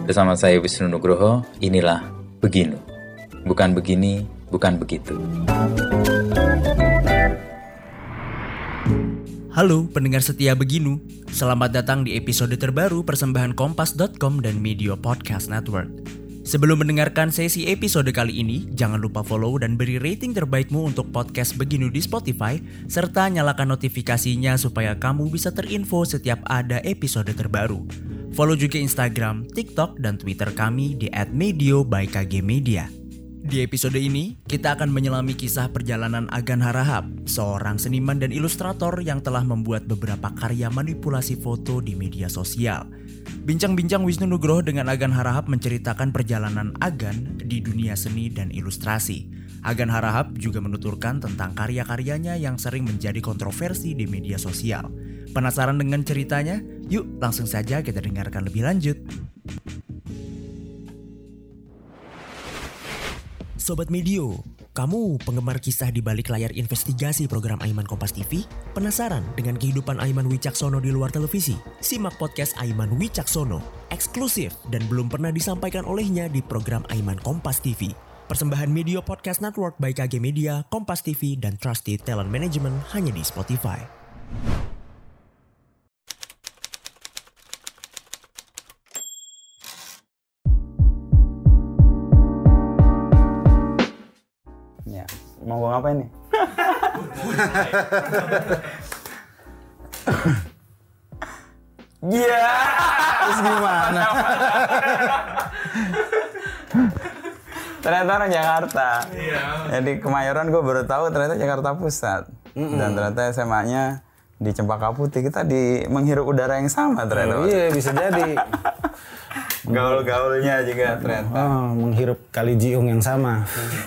Bersama saya Wisnu Nugroho, inilah Beginu. Bukan begini, bukan begitu. Halo pendengar setia Beginu, selamat datang di episode terbaru persembahan Kompas.com dan Media Podcast Network. Sebelum mendengarkan sesi episode kali ini, jangan lupa follow dan beri rating terbaikmu untuk podcast Beginu di Spotify, serta nyalakan notifikasinya supaya kamu bisa terinfo setiap ada episode terbaru. Follow juga Instagram, TikTok, dan Twitter kami di @medio_by_kgmedia. Di episode ini, kita akan menyelami kisah perjalanan Agan Harahap, seorang seniman dan ilustrator yang telah membuat beberapa karya manipulasi foto di media sosial. Bincang-bincang Wisnu Nugroho dengan Agan Harahap menceritakan perjalanan Agan di dunia seni dan ilustrasi. Agan Harahap juga menuturkan tentang karya-karyanya yang sering menjadi kontroversi di media sosial. Penasaran dengan ceritanya? Yuk langsung saja kita dengarkan lebih lanjut. Sobat Medio, kamu penggemar kisah di balik layar investigasi program Aiman Kompas TV? Penasaran dengan kehidupan Aiman Wicaksono di luar televisi? Simak podcast Aiman Wicaksono, eksklusif dan belum pernah disampaikan olehnya di program Aiman Kompas TV. Persembahan Media Podcast Network by KG Media, Kompas TV, dan Trusted Talent Management hanya di Spotify. Mau gue ngapain nih? Iya. Terus gimana? Ternyata orang Jakarta. Iya. Jadi Kemayoran gue baru tahu ternyata Jakarta Pusat. Dan ternyata SMA-nya di Cempaka Putih. Kita menghirup udara yang sama ternyata. Iya, bisa jadi. Gaul-gaulnya juga ternyata. Menghirup kali Jiung yang sama.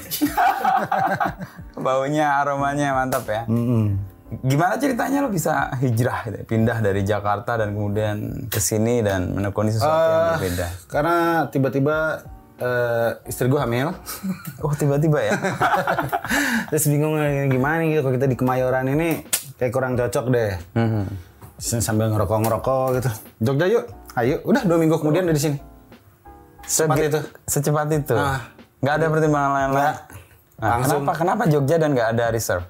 Baunya, aromanya mantap ya. Gimana ceritanya lo bisa hijrah gitu, pindah dari Jakarta dan kemudian ke sini dan menekuni sesuatu yang berbeda? Karena tiba-tiba istri gue hamil. Oh tiba-tiba ya? Terus bingung gimana gitu kalau kita di Kemayoran ini kayak kurang cocok deh. Sambil ngerokok gitu. Jogja yuk, ayo. Udah 2 minggu kemudian udah di sini. Secepat itu? Nggak ada pertimbangan lain-lain? Nah, kenapa Jogja dan nggak ada reserve?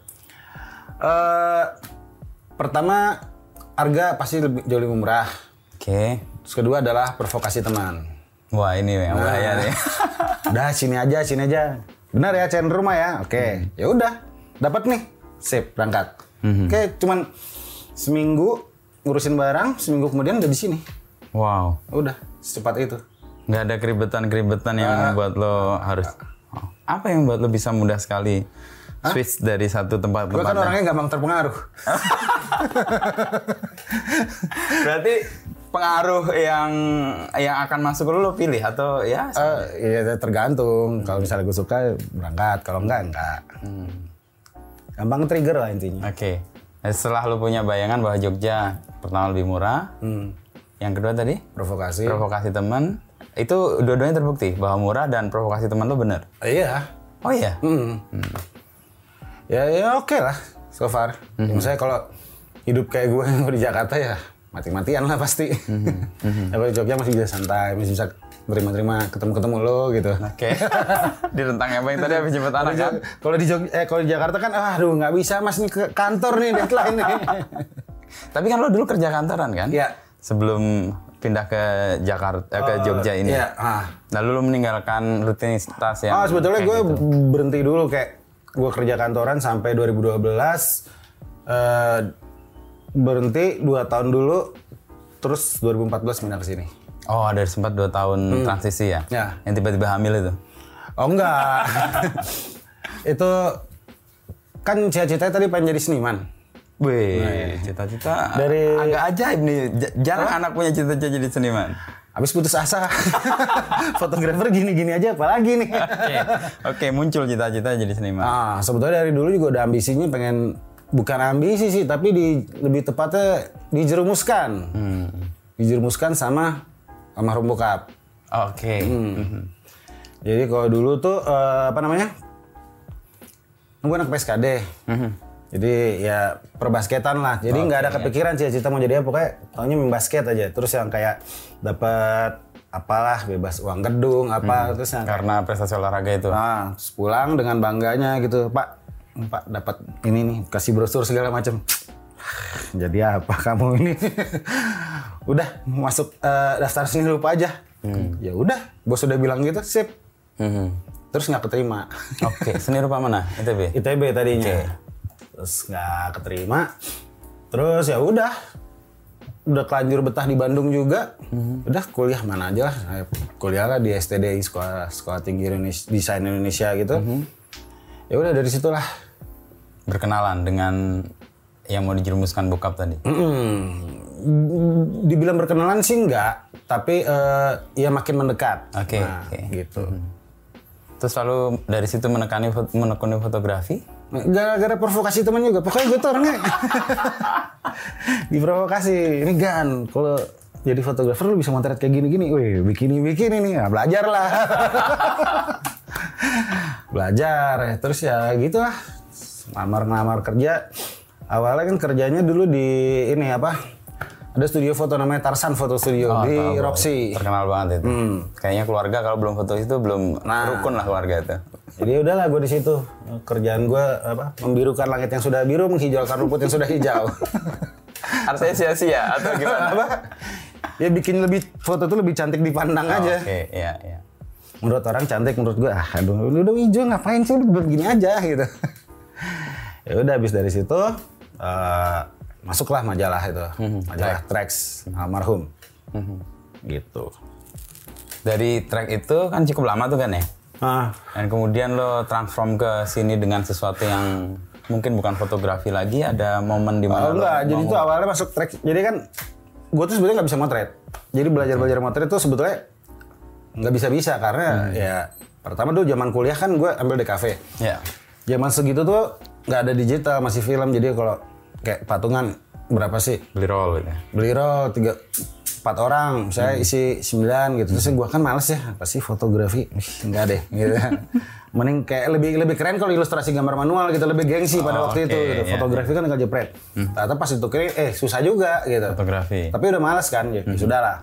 Pertama, harga pasti jauh lebih murah. Oke. Terus kedua adalah provokasi teman. Wah ini yang bahaya nih. Udah sini aja. Benar ya, cari rumah ya. Oke. Ya udah, dapat nih. Sip, berangkat. Oke, cuman seminggu ngurusin barang, seminggu kemudian udah di sini. Wow. Udah, secepat itu. Nggak ada keribetan yang membuat lo harus... Apa yang membuat lo bisa mudah sekali switch dari satu tempat ke tempat? Gue kan orangnya gampang terpengaruh. Berarti pengaruh yang akan masuk lo pilih atau ya? Iya tergantung. Kalau misalnya gue suka berangkat, kalau enggak. Gampang trigger lah intinya. Oke. Setelah lo punya bayangan bahwa Jogja pertama lebih murah, yang kedua tadi? Provokasi teman. Itu dua-duanya terbukti bahwa murah dan provokasi teman lo bener? Iya. Oh iya? Ya oke lah so far. Misalnya kalau hidup kayak gue di Jakarta ya mati-matian lah pasti. Ya kalau di Jogja masih bisa santai, masih bisa terima-terima ketemu lo gitu. Oke. Di rentang yang tadi habis jemput anak kan? Kalau di Jakarta kan aduh nggak bisa mas nih ke kantor nih deadline nih. Tapi kan lo dulu kerja kantoran kan? Iya. Sebelum pindah ke Jakarta ke Jogja ini. Iya. Lalu lo meninggalkan rutinitas yang sebetulnya gue gitu. berhenti dulu kayak gue kerja kantoran sampai 2012 berhenti 2 tahun dulu terus 2014 pindah ke sini. Oh, ada sempat 2 tahun transisi ya? Ya. Yang tiba-tiba hamil itu? Oh enggak. Itu kan cita-citanya tadi pengen jadi seniman. Wih, cita-cita agak ajaib nih. Jarang anak punya cita-cita jadi seniman. Habis putus asa. Fotografer gini-gini aja apalagi nih. Oke, muncul cita-cita jadi seniman. Sebetulnya dari dulu juga udah ambisinya pengen, bukan ambisi sih, tapi lebih tepatnya dijerumuskan. Dijerumuskan sama almarhum bokap. Oke. Jadi kalau dulu tuh gue anak PSKD. Jadi ya perbasketan lah. Jadi nggak ada kepikiran cita-cita mau jadi apa, pokoknya taunya main basket aja. Terus yang kayak dapat apalah, bebas uang gedung, terus yang karena prestasi olahraga itu. Nah, terus pulang dengan bangganya gitu, Pak dapat ini nih, kasih brosur segala macam. Jadi apa kamu ini? Udah masuk daftar seni rupa aja. Ya udah, bos udah bilang gitu, sip. Terus nggak keterima. Oke, seni rupa mana? ITB tadinya. Terus nggak keterima. Terus ya udah kelanjur betah di Bandung juga. Udah kuliah mana aja lah. Kuliah lah di STDI, Sekolah Tinggi Desain Indonesia gitu. Ya udah dari situlah berkenalan dengan yang mau dijerumuskan bokap tadi. Dibilang berkenalan sih enggak, tapi ya makin mendekat. Oke. Gitu. Terus lalu dari situ menekuni fotografi? Gara-gara provokasi teman juga. Pokoknya gue tuh orangnya diprovokasi. Ini Gan, kalau jadi fotografer lu bisa motret kayak gini-gini. Wih, bikini nih. Nah, belajar lah. Belajar. Terus ya gitulah. Ngelamar kerja. Awalnya kan kerjanya dulu di ini apa? Ada studio foto namanya Tarsan Foto Studio di Roxy. Terkenal banget itu. Kayaknya keluarga kalau belum foto itu belum rukun lah keluarga itu. Jadi udahlah gue di situ. Kerjaan gue apa? Membirukan langit yang sudah biru, menghijaukan rumput yang sudah hijau. Artinya sia-sia atau gimana? Apa? Ya bikin foto tuh lebih cantik dipandang aja. Oke, iya. Menurut orang cantik, menurut gue aduh udah hijau ngapain sih udah begini aja gitu. Ya udah habis dari situ masuklah majalah itu. Majalah Trax almarhum. Gitu. Dari Trax itu kan cukup lama tuh kan ya? Dan kemudian lo transform ke sini dengan sesuatu yang mungkin bukan fotografi lagi, ada momen di mana enggak, jadi itu awalnya masuk Trax. Jadi kan gue tuh sebetulnya nggak bisa motret. Jadi belajar motret itu sebetulnya nggak bisa karena ya pertama dulu zaman kuliah kan gue ambil DKV. Ya. Zaman segitu tuh nggak ada digital, masih film. Jadi kalau kayak patungan berapa sih? Beli roll gitu. Beli roll 4 orang, saya isi 9 gitu. Terus gue kan males ya, pasti fotografi, enggak deh gitu. Mending kayak lebih keren kalau ilustrasi gambar manual gitu, lebih gengsi pada waktu itu gitu. Fotografi kan tinggal jepret. Ternyata pas itu susah juga gitu. Fotografi. Tapi udah males kan, ya sudahlah.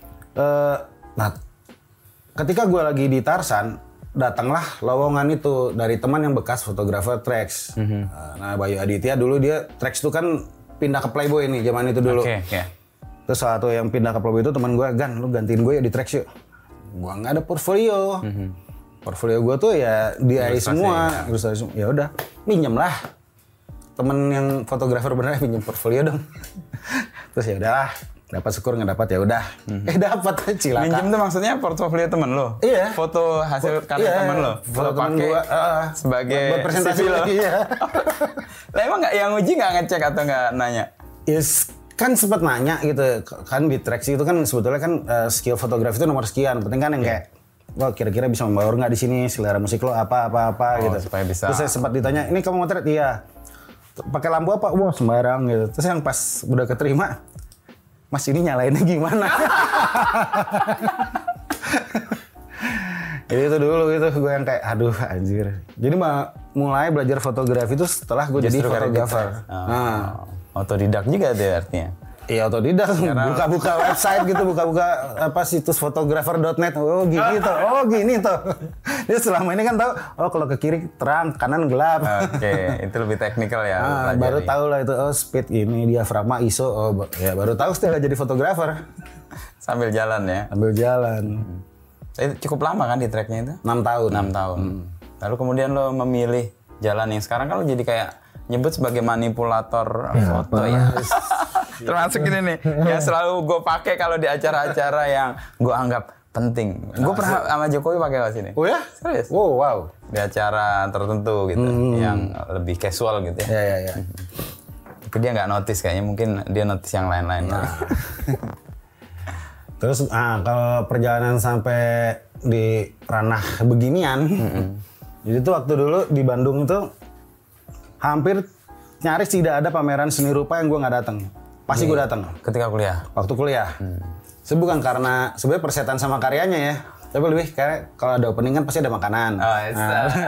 Nah, ketika gue lagi di Tarsan, datanglah lowongan itu dari teman yang bekas fotografer Trax. Nah, Bayu Aditya dulu dia Trax itu kan pindah ke Playboy nih zaman itu dulu. Terus salah satu yang pindah ke Playboy itu teman gue, Gan, lu gantiin gue ya di Trax yuk. Gue nggak ada portfolio. Portfolio gue tuh ya DIY semua. Ya udah, minjem lah. Temen yang fotografer beneran pinjem portfolio dong. Terus ya udahlah, dapat syukur nggak dapat ya udah. Dapat cilaka. Minjem tuh maksudnya portfolio temen lo? Iya. Foto hasil karya temen lo? Foto temen gue sebagai presentasi lo? Iya. Lah emang nggak yang uji nggak ngecek atau nggak nanya? Yes. Kan sempat nanya gitu, kan di Trax itu kan sebetulnya kan skill fotografi itu nomor sekian, penting kan yang kayak, wah kira-kira bisa membaur nggak di sini, selera musik lo apa gitu. Supaya bisa. Terus saya sempat ditanya, ini kamu motret? Iya. Pakai lampu apa? Wah sembarang gitu. Terus yang pas udah keterima, Mas ini nyalainnya gimana? Jadi itu dulu gitu, gue yang kayak, aduh anjir. Jadi mulai belajar fotografi itu setelah gue jadi fotografer. Otodidak juga deh artinya. Iya otodidak, buka-buka website gitu, buka-buka apa situs fotografer.net. Oh gini tuh. Dia selama ini kan tahu, oh kalau ke kiri terang, kanan gelap. Oke, itu lebih teknikal ya. Baru tahu lah itu, oh speed ini, diafragma, ISO. Oh ya baru tahu setelah jadi fotografer. Sambil jalan ya. Sambil jalan. Itu cukup lama kan di tracknya itu? 6 tahun. 6 tahun. Lalu kemudian lo memilih jalan yang sekarang kan lo jadi kayak nyebut sebagai manipulator foto ya. Termasuk ini nih, yang selalu gue pakai kalau di acara-acara yang gue anggap penting. Gue pernah sama Jokowi pakai ke sini. Oh ya? Serius? Oh wow. Di acara tertentu gitu, yang lebih casual gitu ya. Iya. Tapi dia nggak notice kayaknya, mungkin dia notice yang lain-lain. Terus kalau perjalanan sampai di ranah beginian, jadi tuh waktu dulu di Bandung tuh hampir nyaris tidak ada pameran seni rupa yang gue nggak datang. Pasti gue datang. Ketika kuliah? Waktu kuliah. Bukan karena sebenarnya persetan sama karyanya ya, tapi lebih kayak kalau ada opening kan pasti ada makanan.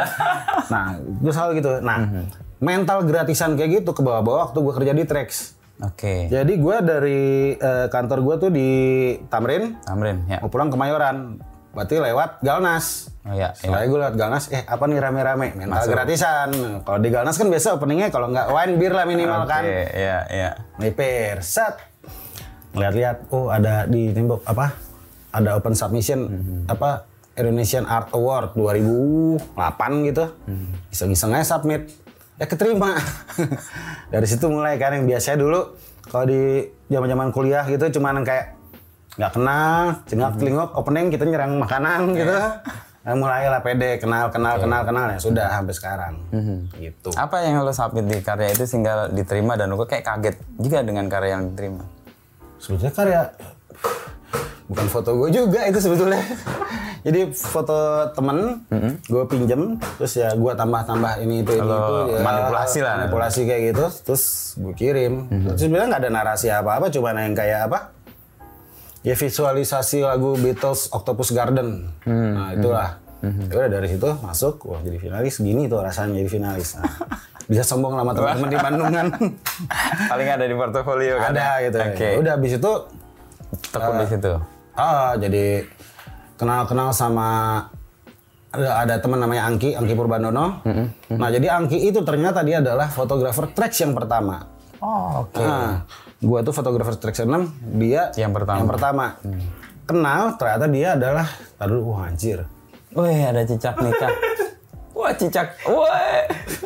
Nah, gue selalu gitu. Nah, mental gratisan kayak gitu ke bawah-bawah waktu gue kerja di Trax. Oke. Jadi gue dari kantor gue tuh di Tamrin, Ya. mau pulang ke Mayoran. Berarti lewat Galnas. Oh iya. Setelah gue lewat Galnas, apa nih rame-rame? Mental gratisan. Kalau di Galnas kan biasa openingnya kalau nggak wine beer lah minimal kan. Iya. Nipir, set. Lihat-lihat, ada di tembok ada open submission Indonesian Art Award 2008 gitu. Iseng-iseng aja submit. Keterima. Dari situ mulai kan yang biasanya dulu kalau di zaman-zaman kuliah gitu cuman kayak nggak kenal, cengak-celingok, opening kita nyerang makanan gitu. Nah, mulailah pede, kenal ya sudah sampai sekarang. Gitu. Apa yang lo submit di karya itu sehingga diterima dan lo kayak kaget juga dengan karya yang diterima? Sebetulnya karya bukan foto gue juga itu sebetulnya. Jadi foto temen, gue pinjem, terus ya gue tambah ini itu ya, manipulasi kayak gitu, terus gue kirim. Terus sebenarnya nggak ada narasi apa-apa, cuma yang kayak ya visualisasi lagu Beatles Octopus Garden. Nah itulah. Ya udah dari situ masuk, wah jadi finalis, gini tuh rasanya jadi finalis. Nah, bisa sombong sama teman-teman di Bandung kan. Paling ada di portofolio kan? Ada gitu. Okay. Udah habis itu tekun di situ. Jadi kenal sama ada teman namanya Angki Purbandono. Nah, jadi Angki itu ternyata dia adalah fotografer tracks yang pertama. Oh, oke. Nah, gua tuh fotografer tracks 6, dia yang pertama. Kenal, ternyata dia adalah anjir. Wih, ada cicak nikah. Wah, cicak. Wah.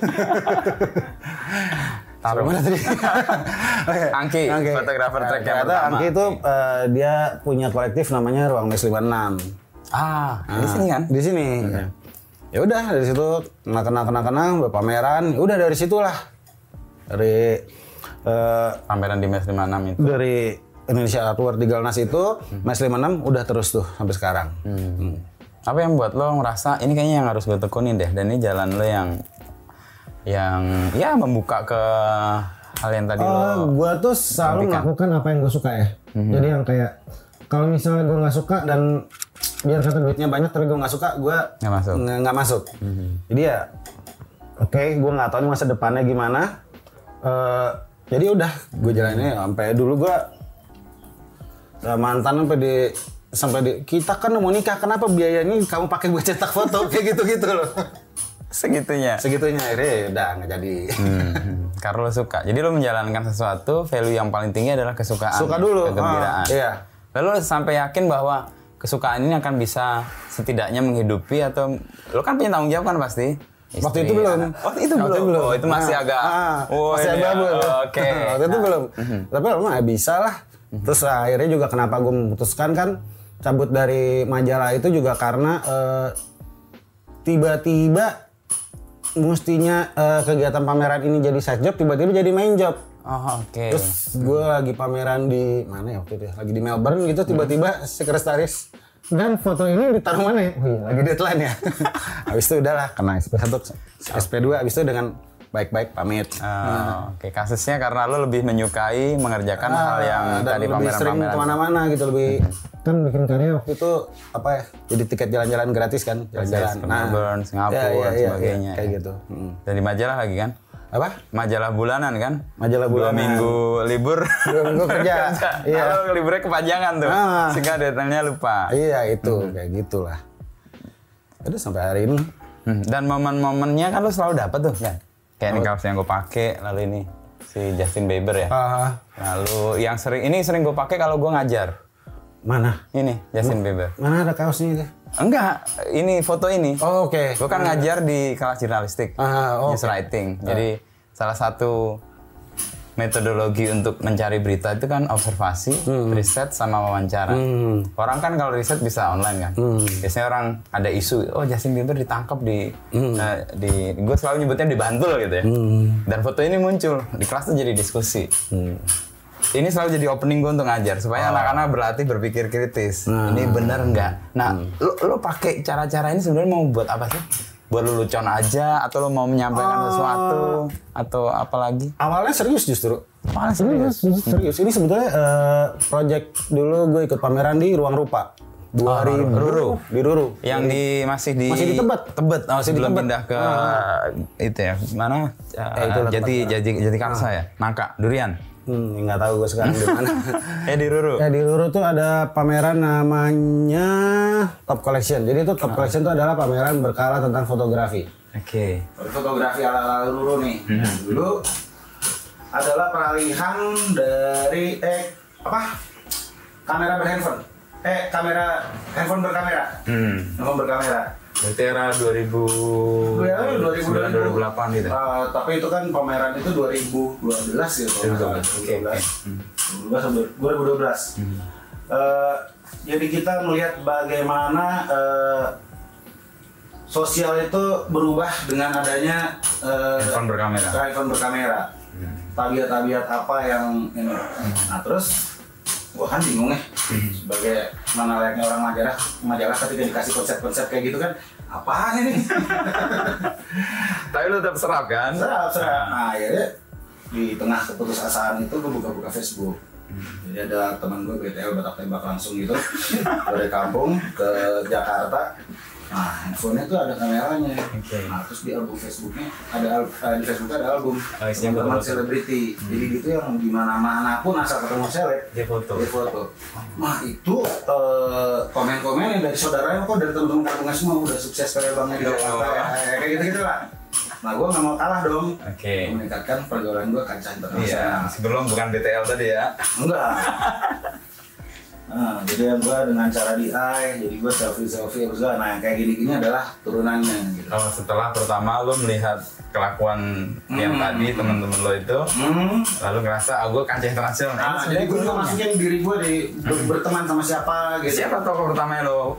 Taruh mana tadi? Angki, fotografer track yang pertama. Angki itu dia punya kolektif namanya Ruang Mes 56. Di sini kan? Di sini. Ya udah dari situ kenal pameran. Udah dari situlah. Dari pameran di Mes 56 itu. Dari Indonesia Art Award di Galnas itu, Mes 56 udah terus tuh sampai sekarang. Apa yang buat lo ngerasa ini kayaknya yang harus gue tekunin deh, dan ini jalan lo yang ya membuka ke hal yang tadi lo. Gua tuh selalu melakukan apa yang gue suka ya. Jadi yang kayak kalau misalnya gue nggak suka dan biar kata duitnya banyak tapi gue nggak suka, gue nggak masuk. Jadi ya gue nggak tahu nih masa depannya gimana. Jadi udah gue jalanin sampai dulu gue mantan sampai di kita kan mau nikah, kenapa biayanya kamu pakai buat cetak foto kayak gitu loh. Segitunya akhirnya udah nggak jadi. Karena lo suka. Jadi lo menjalankan sesuatu, value yang paling tinggi adalah kesukaan. Suka dulu. Kegembiraan. Iya. Lalu lo sampai yakin bahwa kesukaan ini akan bisa setidaknya menghidupi, atau lo kan punya tanggung jawab kan pasti. Waktu itu belum. Oh, itu masih agak. Masih agak belum. Oke. Waktu itu belum. Tapi lo mah bisa lah. Terus akhirnya juga kenapa gue memutuskan kan cabut dari majalah itu juga karena tiba-tiba mestinya kegiatan pameran ini jadi side job, tiba-tiba jadi main job. Oke. Terus gue lagi pameran di mana ya waktu itu? Lagi di Melbourne gitu, tiba-tiba sekretaris, dan foto ini ditaruh mana ya? Lagi deadline ya. Habis itu udahlah kena SP1, SP2, habis itu dengan baik-baik pamit. Oke, kasusnya karena lo lebih menyukai mengerjakan hal yang tadi pameran-pameran. Lebih sering kemana-mana gitu, lebih kan bikin karya waktu itu jadi tiket jalan-jalan gratis kan, jalan-jalan. Melbourne, Singapura, sebagainya. Kayak gitu. Dan di majalah lagi kan? Apa? Majalah bulanan kan? Majalah bulanan. 2 minggu libur. 2 minggu kerja. Iya. Lalu liburnya kepanjangan tuh. Sehingga deadline-nya lupa. Iya itu, kayak gitulah. Udah sampai hari ini. Dan momen-momennya kan lo selalu dapat tuh kan? Kayak ini kaos yang gue pakai, lalu ini si Justin Bieber ya. Lalu yang sering gue pakai kalau gue ngajar. Mana? Ini Justin Bieber. Mana ada kaosnya itu? Enggak, ini foto ini. Oh, oke. Gue kan ngajar di kelas jurnalistik, news writing. Jadi salah satu metodologi untuk mencari berita itu kan observasi, riset, sama wawancara. Orang kan kalau riset bisa online kan. Biasanya orang ada isu, oh Justin Bieber ditangkap di gue selalu nyebutnya di Bantul gitu ya. Dan foto ini muncul di kelas tuh jadi diskusi. Ini selalu jadi opening gue untuk ngajar supaya anak-anak berlatih berpikir kritis. Ini benar nggak? Nah, lo pakai cara-cara ini sebenarnya mau buat apa sih? Buat lu lucuan aja, atau lo mau menyampaikan sesuatu, atau apa lagi? Awalnya serius justru. Serius. Ini sebetulnya project dulu gue ikut pameran di Ruang Rupa. 2000 Ruru. Di Ruru. Yang masih di Tebet. Sebelum pindah ke itu ya. Mana? Jati Karsa ya. Nangka, Durian. Nggak tahu gue sekarang di mana. Di Ruru. Ya di Ruru tuh ada pameran namanya Top Collection. Jadi itu Top Collection itu adalah pameran berkala tentang fotografi. Oke. Fotografi ala Ruru nih. Dulu adalah peralihan dari kamera berhandphone. Kamera handphone berkamera. Handphone berkamera. Berarti era 2008 gitu. Tapi itu kan pameran itu 2012 gitu. 2012. Jadi kita melihat bagaimana sosial itu berubah dengan adanya handphone berkamera. Tabiat-tabiat apa yang ini. Nah terus gua kan bingung ya sebagai mana layaknya orang majalah ketika dikasih konsep-konsep kayak gitu kan apaan ini. Tapi lu tetap serap kan? Serap. Nah akhirnya di tengah keputusasaan itu gue buka Facebook. Jadi ada teman gue BTL batak tembak langsung gitu dari kampung ke Jakarta. Nah handphonenya tuh ada kameranya. Nah terus di album Facebooknya di Facebooknya ada album teman selebriti. Jadi gitu yang di mana-mana pun asal ketemu seleb dia foto. Nah itu komen-komen yang dari saudaranya kok dari teman-teman kampungnya semua udah sukses kayak bangnya di Jakarta ya kayak gitu lah. Nah gue nggak mau kalah dong. Meningkatkan pergaulan gue kancah internasional. Sebelum bukan BTL tadi ya? Enggak. Nah, jadi gue dengan cara DIY, jadi gue selfie juga. Nah, yang kayak gini-gini adalah turunannya. Gitu. Kalau setelah pertama lo melihat kelakuan yang tadi teman-teman lo itu, lalu ngerasa, gue kancah internasional. Nah, jadi gue juga masukin diri gue di berteman sama siapa gitu. Siapa tokoh pertama yang lo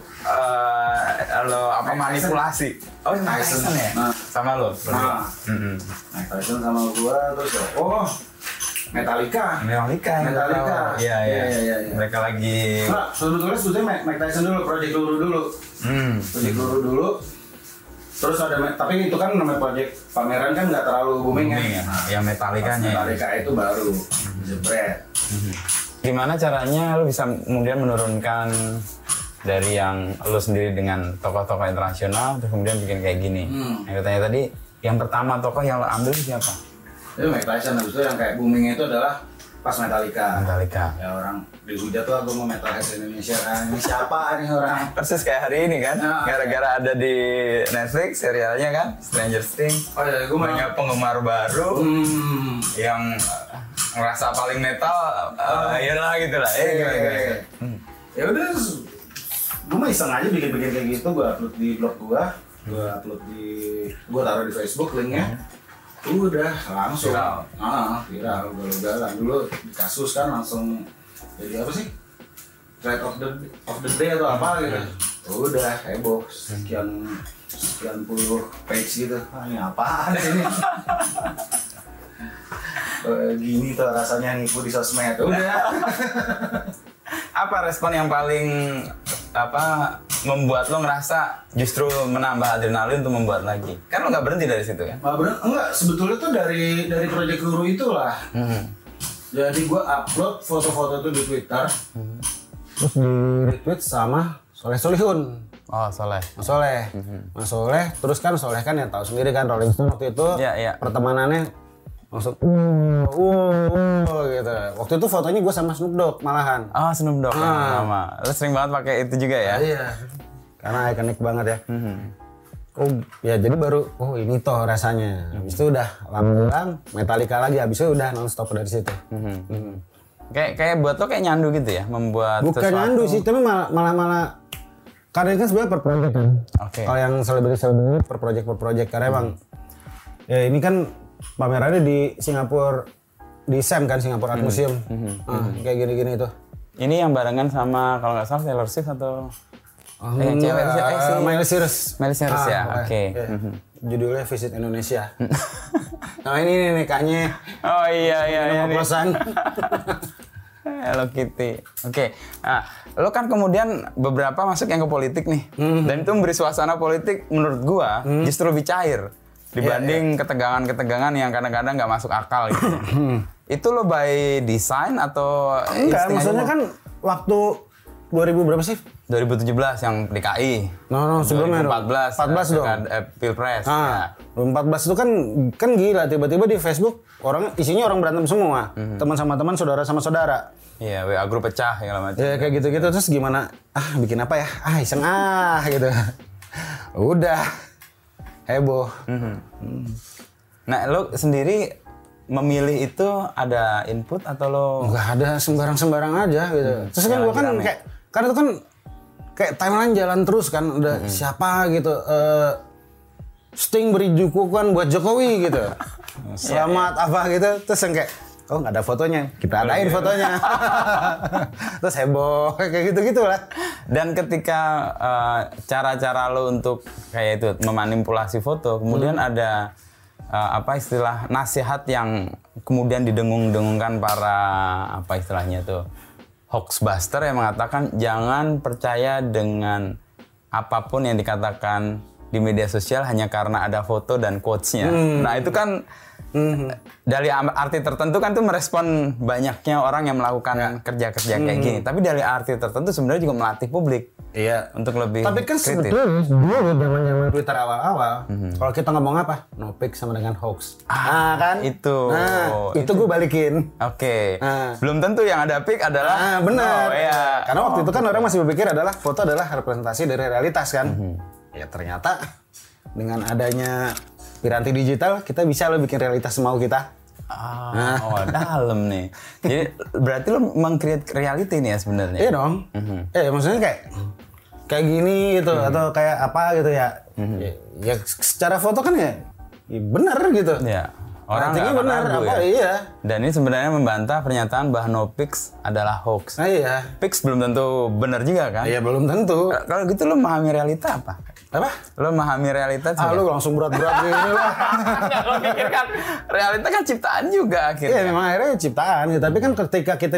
manipulasi? Oh, Mike Tyson ya? Sama lo? Mike Tyson sama gue terus Metallica. Iya. Mereka lagi. Nah, sebetulnya Mike Tyson dulu, Project Luru dulu. Project Luru dulu. Terus ada, tapi itu kan namanya project pameran kan nggak terlalu booming ya. Yang Metallica-nya. Metallica itu baru jebret. Gimana caranya lo bisa kemudian menurunkan dari yang lo sendiri dengan tokoh-tokoh internasional, terus kemudian bikin kayak gini? Yang katanya tadi, yang pertama tokoh yang lo ambil siapa? Itu Mike Tyson, habis itu yang kayak boomingnya itu adalah pas Metallica. Ya orang dihujat tuh aku mau Metalheads Indonesia kan. Ini siapa nih orang? Persis kayak hari ini kan, gara-gara ada di Netflix serialnya kan, Stranger Things. Oh ya, gue banyak penggemar baru yang ngerasa paling metal, iyalah gitu lah. Ya udah, gue mah iseng aja bikin-bikin kayak gitu. Gue upload di blog gue taruh di Facebook linknya. Udah langsung viral galau-galau dulu di kasus kan langsung jadi apa sih thread of the day atau apa gitu. Udah heboh sekian puluh page gitu. Ini apaan ini? Gini tuh rasanya nipu di sosmed. Udah. Apa respon yang paling membuat lo ngerasa justru menambah adrenalin untuk membuat lagi? Kan lo nggak berhenti dari situ kan? Enggak, sebetulnya tuh dari Project Luru itulah. Jadi gue upload foto-foto itu di Twitter, terus di retweet sama Soleh Solihun. Mas Soleh, terus kan Soleh kan ya tahu sendiri kan Rolling Stone waktu itu pertemanannya langsung gitu. Waktu itu fotonya gue sama Snoop Dogg malahan. Snoop Dogg sama. Lo sering banget pakai itu juga ya? Iya. Karena ikonik banget ya. Ya jadi baru ini toh rasanya. Habis itu udah lama-lama Metallica lagi, habis itu udah non-stop dari situ. Kayak buat lo kayak nyandu gitu ya, membuat bukan sesuatu. Nyandu sih, tapi malah karena kan sebenarnya per project kan. Kalau yang selebriti per project karena emang ya ini kan pamerannya di Singapura, di SAM kan, Singapura Art Museum. Kayak gini-gini itu. Ini yang barengan sama kalau nggak salah Taylor Swift atau Miley Cyrus ya. Oke. Judulnya Visit Indonesia. Nah ini nih kayaknya. Oh iya. Pelosan. Hello Kitty. Oke. Nah, lo kan kemudian beberapa masuk yang ke politik nih. Dan itu memberi suasana politik menurut gua justru lebih cair dibanding ketegangan-ketegangan yang kadang-kadang nggak masuk akal gitu. Itu lo by design atau enggak, maksudnya kan waktu 2000 berapa sih? 2017 yang DKI. No, sebelumnya 2014 dong. Pilpres. Ah, 2014 itu kan gila, tiba-tiba di Facebook isinya orang berantem semua. Teman sama teman, saudara sama saudara. Iya, WA grup pecah segala macam. Ya kayak gitu-gitu, terus gimana? Bikin apa ya? Iseng gitu. Udah. Heboh. Nah, lo sendiri memilih itu ada input atau lo? Enggak ada, sembarang-sembarang aja gitu. Terus kan gua kan kayak, karena itu kan kayak timeline jalan terus kan, udah siapa gitu. Sting beri dukungan buat Jokowi gitu. Selamat apa gitu. Terus yang kayak, oh nggak ada fotonya, kita adain fotonya. Terus heboh, kayak gitu-gitu lah. Dan ketika cara-cara lo untuk kayak itu memanipulasi foto, kemudian ada apa istilah nasihat yang kemudian didengung-dengungkan para apa istilahnya tuh hoaxbuster yang mengatakan jangan percaya dengan apapun yang dikatakan di media sosial hanya karena ada foto dan quotes-nya. Nah itu kan dari arti tertentu kan tuh merespon banyaknya orang yang melakukan kerja-kerja kayak gini. Tapi dari arti tertentu sebenarnya juga melatih publik. Iya. Untuk lebih tapi kan kritis. sebetulnya dulu zaman Twitter awal-awal, kalau kita ngomong apa? No pic sama dengan hoax. Kan? Itu. Itu gue balikin. Oke. Belum tentu yang ada pic adalah. Benar. Oh, iya. Karena waktu itu kan orang masih berpikir adalah foto adalah representasi dari realitas kan. Ya ternyata dengan adanya piranti digital kita bisa lo bikin realitas semau kita. Dalam nih. Jadi berarti lo meng-create reality nih ya sebenarnya. Iya dong. Maksudnya kayak gini gitu atau kayak apa gitu ya. Ya secara foto kan ya benar gitu. Iya. Orang artinya benar apa ya. Iya. Dan ini sebenarnya membantah pernyataan bahwa no pics adalah hoax. Iya. Pics belum tentu benar juga kan? Iya belum tentu. Kalau gitu lo memahami realita apa? Apa? Lo memahami realita sih? Lu langsung berat-berat gini lah. Lo pikir kan realita kan ciptaan juga akhirnya. Iya memang akhirnya ciptaan ya. Tapi kan ketika kita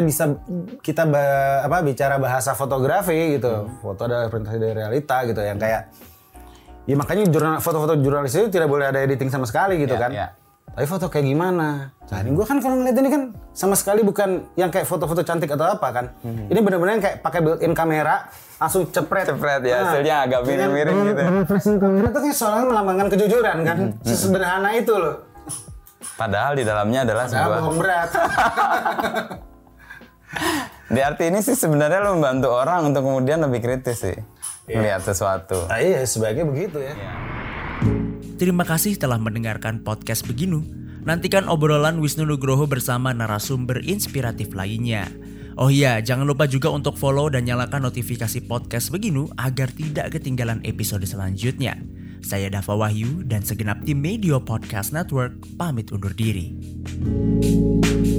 bicara bahasa fotografi gitu, foto adalah representasi dari realita gitu yang kayak, ya makanya foto-foto jurnalis itu tidak boleh ada editing sama sekali gitu kan. Iya. Tapi foto kayak gimana? Nah ini gue kan kalau ngeliat ini kan sama sekali bukan yang kayak foto-foto cantik atau apa kan. Ini benar-benar yang kayak pakai built-in kamera, langsung cepret ya, hasilnya agak miring-miring gitu. Flashing kamera itu kayak soalnya melambangkan kejujuran kan. Sesederhana itu loh. Padahal di dalamnya adalah sebuah bohong berat. Di arti ini sih sebenarnya lo membantu orang untuk kemudian lebih kritis sih melihat sesuatu. Iya, sebaiknya begitu ya. Terima kasih telah mendengarkan podcast Beginu. Nantikan obrolan Wisnu Nugroho bersama narasumber inspiratif lainnya. Oh iya, jangan lupa juga untuk follow dan nyalakan notifikasi podcast Beginu agar tidak ketinggalan episode selanjutnya. Saya Dava Wahyu dan segenap tim Media Podcast Network pamit undur diri.